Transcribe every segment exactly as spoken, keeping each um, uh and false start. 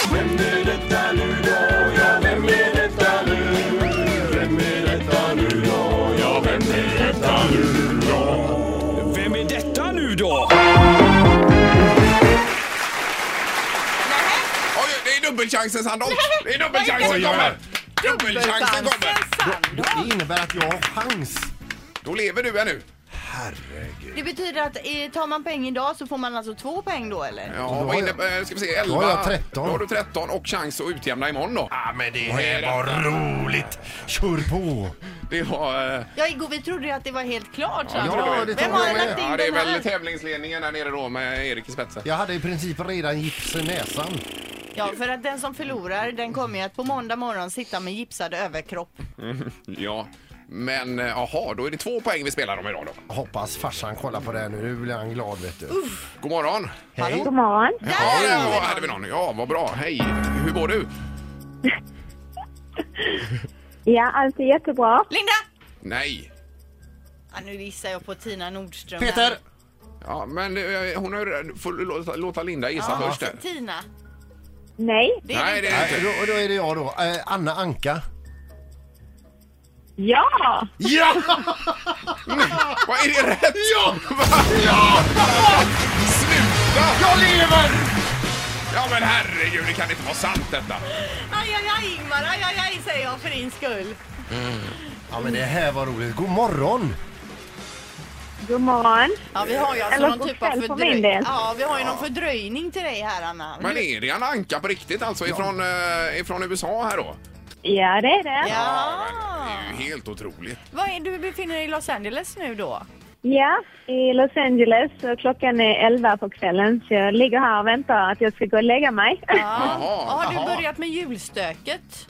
Vem är detta nu då? Ja, vem är detta nu? Vem är detta nu då? Ja, vem är detta nu då? Vem är detta nu då? Oj, det är dubbelchansen, Sandholt. Det är dubbelchansen Oj, oj, oj. kommer. Dubbelchansen kommer. Det innebär att jag har chans. Då lever du ännu. Herregud. Det betyder att eh, tar man poäng idag så får man alltså två poäng då, eller? Ja, Då vad har jag- innebär, ska vi se, elva. då har jag tretton. Då har du tretton och chans att utjämna imorgon då. Ja, men det Vad är här detta? var roligt. Kör på. Det var... eh, Ja, igår vi trodde ju att det var helt klart. Så Ja, att- det Vem trodde har jag med. lagt in Ja, det är den här? väl tävlingsledningen där nere då med Erik i spetsen. Jag hade i princip redan gips i näsan. Ja, för att den som förlorar, den kommer ju att på måndag morgon sitta med gipsad överkropp. Ja, men eh, aha, då är det två poäng vi spelar om idag då. Hoppas farsan kollar på det här nu. Nu blir han glad, vet du. God morgon. Hej. God morgon. Ja, där hade vi någon. Ja, vad bra. Hej. Hur går du? Ja, allt är jättebra. Linda! Nej. Ja, nu gissar jag på Tina Nordström. Peter! här. Ja, men eh, hon har ju- får låta, låta Linda gissa Ja, först. där. Tina. Nej. Det är Nej, det det är Nej, inte. då, då är det jag då. Eh, Anna Anka. Ja! Ja! Vad är det rätt? Ja! Ja! Sluta! Jag lever! Ja, men herregud, det kan inte vara sant detta. Aj, aj, aj, Ingmar. Aj, aj, aj, säger jag för din skull. Ja, men det här var roligt. God morgon! God morgon. Ja, vi har ju alltså Eller någon god typ av kväll på min fördröjning. del. Ja, vi har ju någon fördröjning till dig här, Anna. Men är det en anka på riktigt alltså ifrån, eh, ifrån U S A här då? Ja, det är det. Ja. Det är ju helt otroligt. Vad är, du befinner dig i Los Angeles nu då? Ja, i Los Angeles och klockan är elva på kvällen så jag ligger här och väntar att jag ska gå och lägga mig. Ja. Jaha, Har du jaha. börjat med julstöket?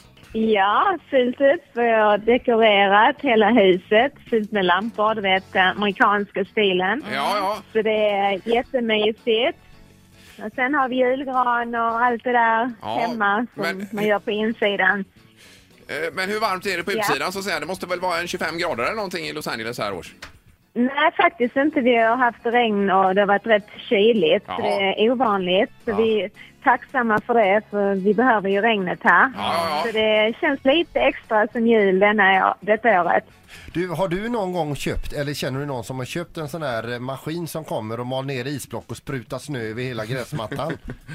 Ja, fyllt upp och jag har dekorerat hela huset, fyllt med lampor, du vet, den amerikanska stilen. Ja, ja. Så det är jättemysigt. Och sen har vi julgran och allt det där Ja, hemma som men- man gör på insidan. Eh, Men hur varmt är det på Ja. utsidan så att säga? Det måste väl vara en tjugofem grader eller någonting i Los Angeles här års? Nej, faktiskt inte. Vi har haft regn och det har varit rätt kyligt. Så Jaha. det är ovanligt. Så Ja. vi är tacksamma för det, för vi behöver ju regnet här. Ja, ja, ja. Så det känns lite extra som jul denna, detta året. Du, har du någon gång köpt, eller känner du någon som har köpt en sån här eh, maskin som kommer och mal ner isblock och sprutar snö över hela gräsmattan?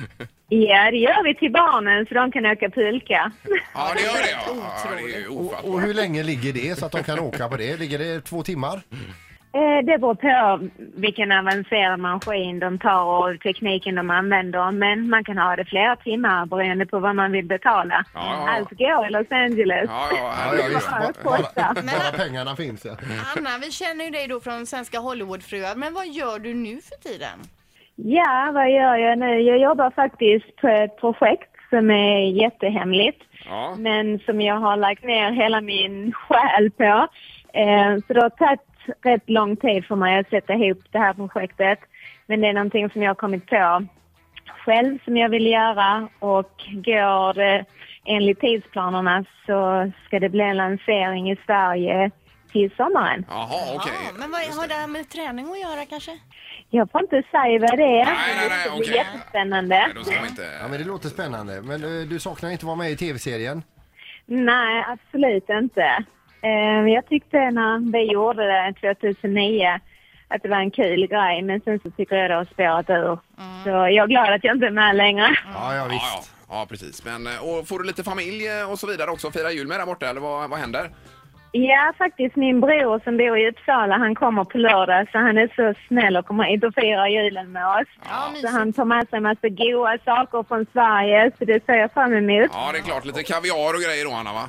Ja, det gör vi till barnen så de kan åka pulka. Ja, det gör det. Ja, ja det är ju och, och ofattbart. hur länge ligger det så att de kan åka på det? Ligger det två timmar? Eh, Det beror på vilken avancerad maskin de tar och tekniken de använder. Men man kan ha det flera timmar beroende på vad man vill betala. Ja, ja, ja. Allt går i Los Angeles. Ja, ja, Ja, herregud. ja, visst. Bara Bara, kostar. bara pengarna finns, ja. Anna, vi känner ju dig då från Svenska Hollywoodfruar. Men vad gör du nu för tiden? Ja, vad gör jag nu? Jag jobbar faktiskt på ett projekt som är jättehemligt. Ja. Men som jag har lagt ner hela min själ på. Eh, så det har tagit rätt lång tid för mig att sätta ihop det här projektet. Men det är någonting som jag har kommit på själv som jag vill göra. Och går det enligt tidsplanerna så ska det bli en lansering i Sverige till sommaren. Jaha, okej. Ja, men vad Just har det. det här med träning att göra kanske? Jag får inte säga vad det är. Nej, nej, nej, Det blir okej. jättespännande. Nej, då ska man inte... Ja, men det låter spännande. Men eh, du saknar inte vara med i tv-serien? Nej, absolut inte. Eh, jag tyckte när vi gjorde det tjugohundranio att det var en kul grej, men sen så tycker jag det har spårat ur. Så jag är glad att jag inte är med längre. Ja, ja Ja, visst. ja. Ja, precis. Men, eh, och får du lite familj eh, och så vidare också? Fira jul med där borta, eller vad, vad händer? Ja, faktiskt min bror som bor i Uppsala, han kommer på lördag så han är så snäll och kommer hit och firar julen med oss. Ja, Så han tar med sig en massa goda saker från Sverige, så det ser jag fram emot. Ja, det är klart. Lite kaviar och grejer då, Anna, va?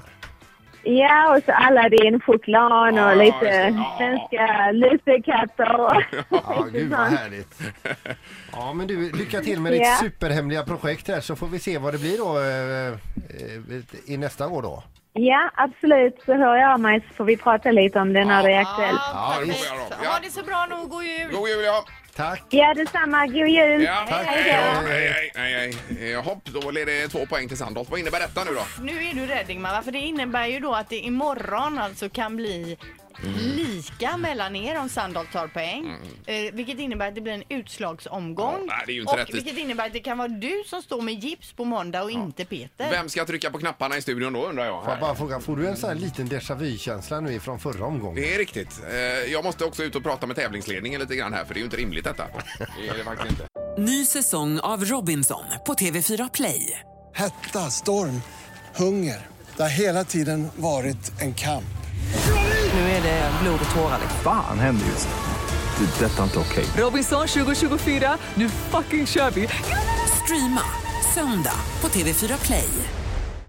Ja, och så Aladdin, choklad och Ja, lite just det. Ja. svenska lussekatter och Ja, lite gud vad sånt. härligt. Ja, men du, lycka till med ditt Ja. superhemliga projekt här så får vi se vad det blir då eh, eh, i nästa år då. Ja, absolut. Så hör jag av mig så får vi prata lite om det när det är aktuellt. Ja, det får perfekt. vi göra då. Ja. Ha det så bra nu, god jul! God jul, ja. Tack! Ja, detsamma. God jul! Ja, Tack. hej, Hej, hej, hej, hej, hej. Eh, Hopp, då blir det två poäng till Sandholt. Vad innebär detta nu då? Nu är du rädd, Ingmar, va? För det innebär ju då att det imorgon alltså kan bli lika mellan er om Sandholt tar poäng. Mm. Eh, vilket innebär att det blir en utslagsomgång. Ja, nej, det är ju inte och rättvist. vilket innebär att det kan vara du som står med gips på måndag och ja. inte Peter. Vem ska trycka på knapparna i studion då, undrar jag? Får jag bara fråga, får du en sån här liten déjà vu-känsla nu ifrån förra omgången? Det är riktigt. Eh, jag måste också ut och prata med tävlingsledningen lite grann här, för det är ju inte rimligt detta. Det är det faktiskt inte. Ny säsong av Robinson på T V fyra Play. Hetta, storm, hunger. Det har hela tiden varit en kamp. Nu är det blod och tårar. Fan händer just det. Det är detta inte okej. Robinson tjugo tjugofyra, nu fucking kör vi. Streama söndag på T V fyra Play.